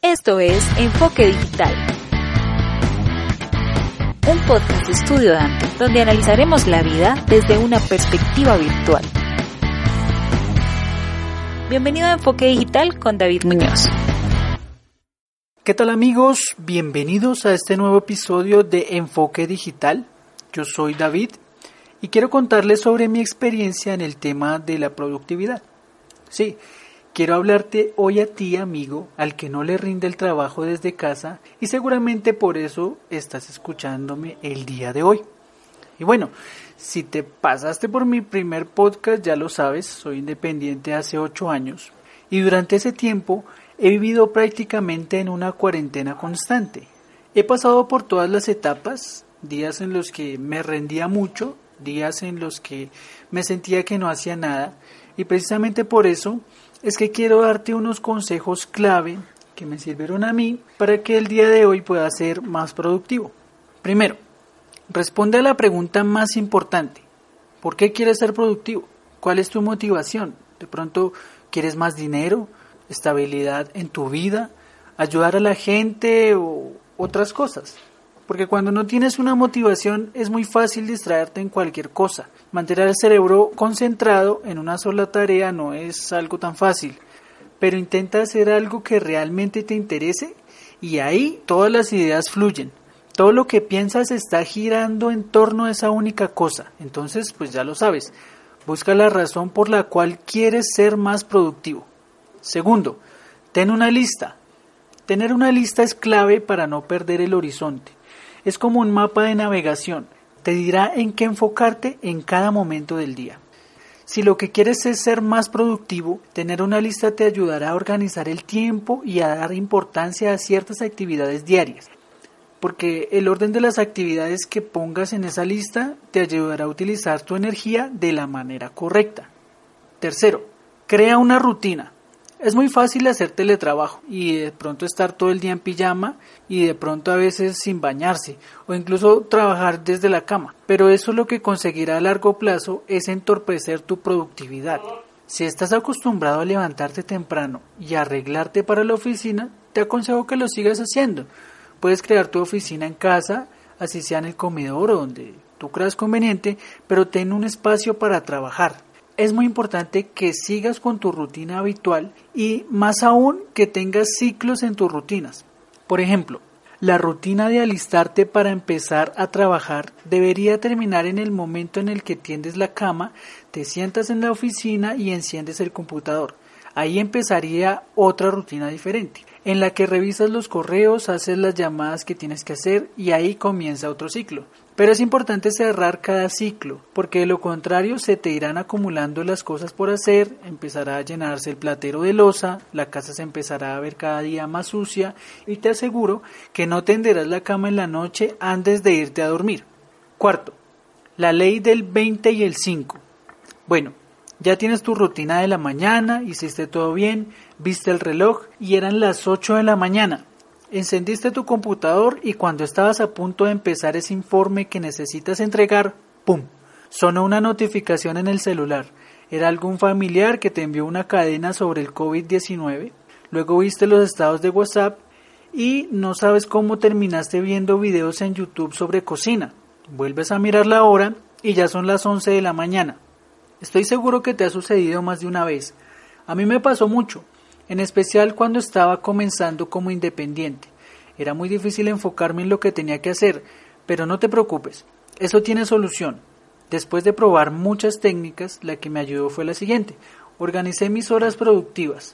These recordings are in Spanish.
Esto es Enfoque Digital, un podcast de Estudio Dante, donde analizaremos la vida desde una perspectiva virtual. Bienvenido a Enfoque Digital con David Muñoz. ¿Qué tal amigos? Bienvenidos a este nuevo episodio de Enfoque Digital. Yo soy David y quiero contarles sobre mi experiencia en el tema de la productividad. Sí, quiero hablarte hoy a ti, amigo, al que no le rinde el trabajo desde casa y seguramente por eso estás escuchándome el día de hoy. Y bueno, si te pasaste por mi primer podcast, ya lo sabes, soy independiente hace 8 años y durante ese tiempo he vivido prácticamente en una cuarentena constante. He pasado por todas las etapas, días en los que me rendía mucho, días en los que me sentía que no hacía nada y precisamente por eso es que quiero darte unos consejos clave que me sirvieron a mí para que el día de hoy pueda ser más productivo. Primero, responde a la pregunta más importante. ¿Por qué quieres ser productivo? ¿Cuál es tu motivación? De pronto, ¿quieres más dinero? ¿Estabilidad en tu vida? ¿Ayudar a la gente? ¿O otras cosas? Porque cuando no tienes una motivación es muy fácil distraerte en cualquier cosa. Mantener el cerebro concentrado en una sola tarea no es algo tan fácil. Pero intenta hacer algo que realmente te interese y ahí todas las ideas fluyen. Todo lo que piensas está girando en torno a esa única cosa. Entonces, pues ya lo sabes. Busca la razón por la cual quieres ser más productivo. Segundo, ten una lista. Tener una lista es clave para no perder el horizonte. Es como un mapa de navegación. Te dirá en qué enfocarte en cada momento del día. Si lo que quieres es ser más productivo, tener una lista te ayudará a organizar el tiempo y a dar importancia a ciertas actividades diarias. Porque el orden de las actividades que pongas en esa lista te ayudará a utilizar tu energía de la manera correcta. Tercero, crea una rutina. Es muy fácil hacer teletrabajo y de pronto estar todo el día en pijama y de pronto a veces sin bañarse o incluso trabajar desde la cama. Pero eso lo que conseguirá a largo plazo es entorpecer tu productividad. Si estás acostumbrado a levantarte temprano y a arreglarte para la oficina, te aconsejo que lo sigas haciendo. Puedes crear tu oficina en casa, así sea en el comedor o donde tú creas conveniente, pero ten un espacio para trabajar. Es muy importante que sigas con tu rutina habitual y más aún que tengas ciclos en tus rutinas. Por ejemplo, la rutina de alistarte para empezar a trabajar debería terminar en el momento en el que tiendes la cama, te sientas en la oficina y enciendes el computador. Ahí empezaría otra rutina diferente, en la que revisas los correos, haces las llamadas que tienes que hacer y ahí comienza otro ciclo. Pero es importante cerrar cada ciclo, porque de lo contrario se te irán acumulando las cosas por hacer, empezará a llenarse el platero de loza, la casa se empezará a ver cada día más sucia y te aseguro que no tenderás la cama en la noche antes de irte a dormir. Cuarto, la ley del 20 y el 5. Bueno, ya tienes tu rutina de la mañana, hiciste todo bien, viste el reloj y eran las 8 de la mañana. Encendiste tu computador y cuando estabas a punto de empezar ese informe que necesitas entregar, ¡pum!, sonó una notificación en el celular. Era algún familiar que te envió una cadena sobre el COVID-19. Luego viste los estados de WhatsApp y no sabes cómo terminaste viendo videos en YouTube sobre cocina. Vuelves a mirar la hora y ya son las 11 de la mañana. Estoy seguro que te ha sucedido más de una vez. A mí me pasó mucho. En especial cuando estaba comenzando como independiente. Era muy difícil enfocarme en lo que tenía que hacer, pero no te preocupes, eso tiene solución. Después de probar muchas técnicas, la que me ayudó fue la siguiente. Organicé mis horas productivas.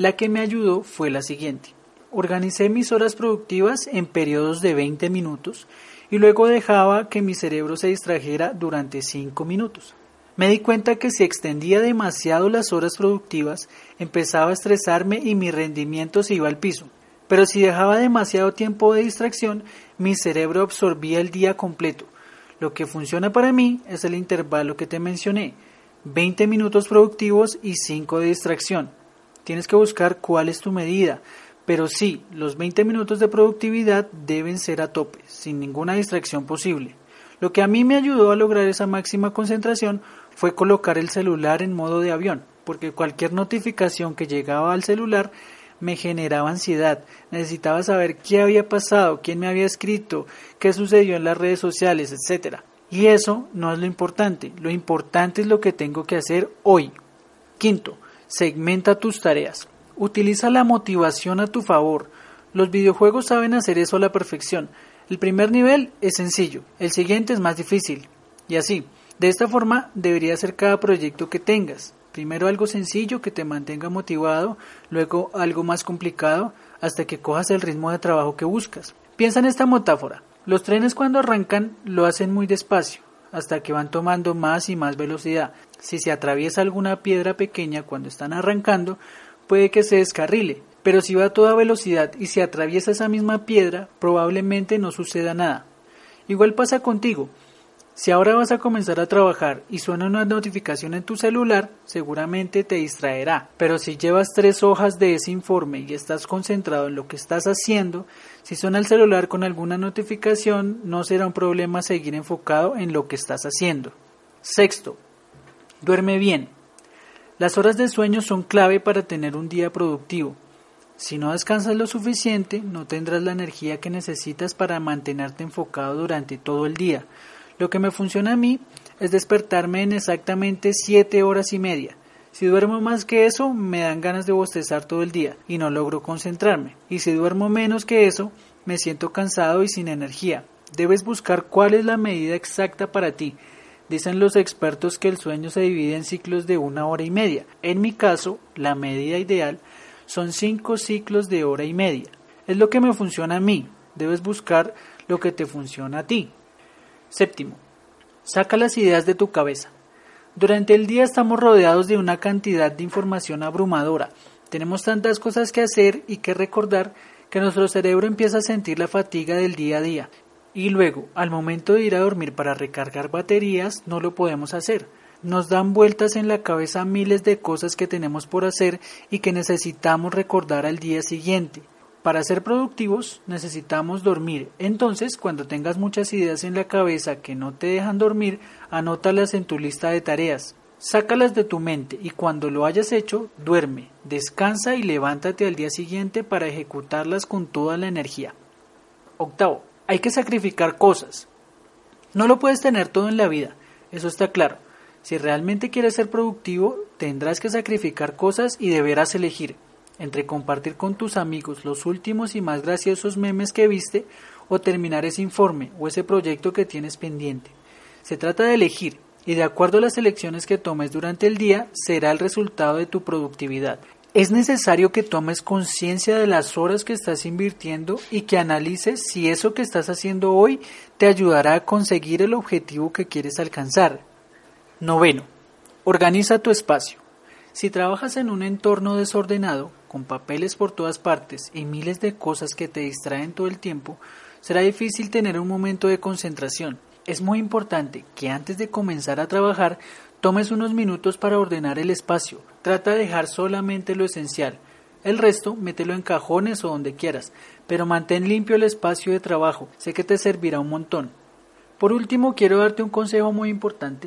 Organicé mis horas productivas en periodos de 20 minutos y luego dejaba que mi cerebro se distrajera durante 5 minutos. Me di cuenta que si extendía demasiado las horas productivas, empezaba a estresarme y mi rendimiento se iba al piso. Pero si dejaba demasiado tiempo de distracción, mi cerebro absorbía el día completo. Lo que funciona para mí es el intervalo que te mencioné, 20 minutos productivos y 5 de distracción. Tienes que buscar cuál es tu medida, pero sí, los 20 minutos de productividad deben ser a tope, sin ninguna distracción posible. Lo que a mí me ayudó a lograr esa máxima concentración fue colocar el celular en modo de avión, porque cualquier notificación que llegaba al celular me generaba ansiedad, necesitaba saber qué había pasado, quién me había escrito, qué sucedió en las redes sociales, etc. Y eso no es lo importante es lo que tengo que hacer hoy. Quinto, segmenta tus tareas. Utiliza la motivación a tu favor. Los videojuegos saben hacer eso a la perfección. El primer nivel es sencillo, el siguiente es más difícil. Y así, de esta forma debería ser cada proyecto que tengas. Primero algo sencillo que te mantenga motivado, luego algo más complicado, hasta que cojas el ritmo de trabajo que buscas. Piensa en esta metáfora. Los trenes cuando arrancan lo hacen muy despacio, hasta que van tomando más y más velocidad. Si se atraviesa alguna piedra pequeña cuando están arrancando, puede que se descarrile, pero si va a toda velocidad y se atraviesa esa misma piedra, probablemente no suceda nada. Igual pasa contigo. Si ahora vas a comenzar a trabajar y suena una notificación en tu celular, seguramente te distraerá. Pero si llevas 3 hojas de ese informe y estás concentrado en lo que estás haciendo, si suena el celular con alguna notificación, no será un problema seguir enfocado en lo que estás haciendo. Sexto, duerme bien. Las horas de sueño son clave para tener un día productivo. Si no descansas lo suficiente, no tendrás la energía que necesitas para mantenerte enfocado durante todo el día. Lo que me funciona a mí es despertarme en exactamente 7 horas y media. Si duermo más que eso, me dan ganas de bostezar todo el día y no logro concentrarme. Y si duermo menos que eso, me siento cansado y sin energía. Debes buscar cuál es la medida exacta para ti. Dicen los expertos que el sueño se divide en ciclos de 1 hora y media. En mi caso, la medida ideal son 5 ciclos de 1 hora y media. Es lo que me funciona a mí. Debes buscar lo que te funciona a ti. Séptimo, saca las ideas de tu cabeza. Durante el día estamos rodeados de una cantidad de información abrumadora. Tenemos tantas cosas que hacer y que recordar que nuestro cerebro empieza a sentir la fatiga del día a día. Y luego, al momento de ir a dormir para recargar baterías, no lo podemos hacer. Nos dan vueltas en la cabeza miles de cosas que tenemos por hacer y que necesitamos recordar al día siguiente. Para ser productivos necesitamos dormir. Entonces, cuando tengas muchas ideas en la cabeza que no te dejan dormir, anótalas en tu lista de tareas. Sácalas de tu mente y cuando lo hayas hecho, duerme, descansa y levántate al día siguiente para ejecutarlas con toda la energía. Octavo, hay que sacrificar cosas. No lo puedes tener todo en la vida, eso está claro. Si realmente quieres ser productivo, tendrás que sacrificar cosas y deberás elegir entre compartir con tus amigos los últimos y más graciosos memes que viste o terminar ese informe o ese proyecto que tienes pendiente. Se trata de elegir y de acuerdo a las elecciones que tomes durante el día será el resultado de tu productividad. Es necesario que tomes conciencia de las horas que estás invirtiendo y que analices si eso que estás haciendo hoy te ayudará a conseguir el objetivo que quieres alcanzar. Noveno, organiza tu espacio. Si trabajas en un entorno desordenado, con papeles por todas partes y miles de cosas que te distraen todo el tiempo, será difícil tener un momento de concentración. Es muy importante que antes de comenzar a trabajar, tomes unos minutos para ordenar el espacio. Trata de dejar solamente lo esencial. El resto, mételo en cajones o donde quieras, pero mantén limpio el espacio de trabajo. Sé que te servirá un montón. Por último, quiero darte un consejo muy importante.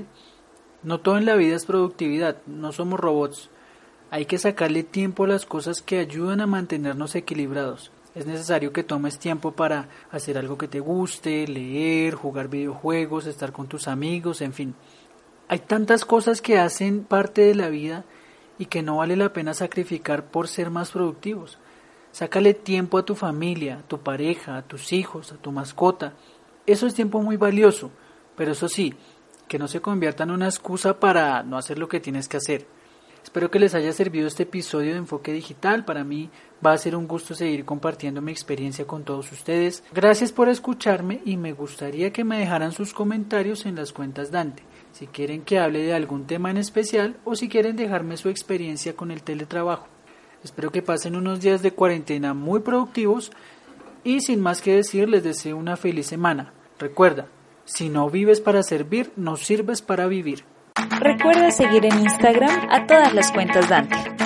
No todo en la vida es productividad, no somos robots. Hay que sacarle tiempo a las cosas que ayudan a mantenernos equilibrados. Es necesario que tomes tiempo para hacer algo que te guste, leer, jugar videojuegos, estar con tus amigos, en fin. Hay tantas cosas que hacen parte de la vida y que no vale la pena sacrificar por ser más productivos. Sácale tiempo a tu familia, a tu pareja, a tus hijos, a tu mascota. Eso es tiempo muy valioso, pero eso sí, que no se convierta en una excusa para no hacer lo que tienes que hacer. Espero que les haya servido este episodio de Enfoque Digital. Para mí va a ser un gusto seguir compartiendo mi experiencia con todos ustedes. Gracias por escucharme y me gustaría que me dejaran sus comentarios en las cuentas Dante. Si quieren que hable de algún tema en especial o si quieren dejarme su experiencia con el teletrabajo. Espero que pasen unos días de cuarentena muy productivos y sin más que decir les deseo una feliz semana. Recuerda, si no vives para servir, no sirves para vivir. Recuerda seguir en Instagram a todas las cuentas Dante.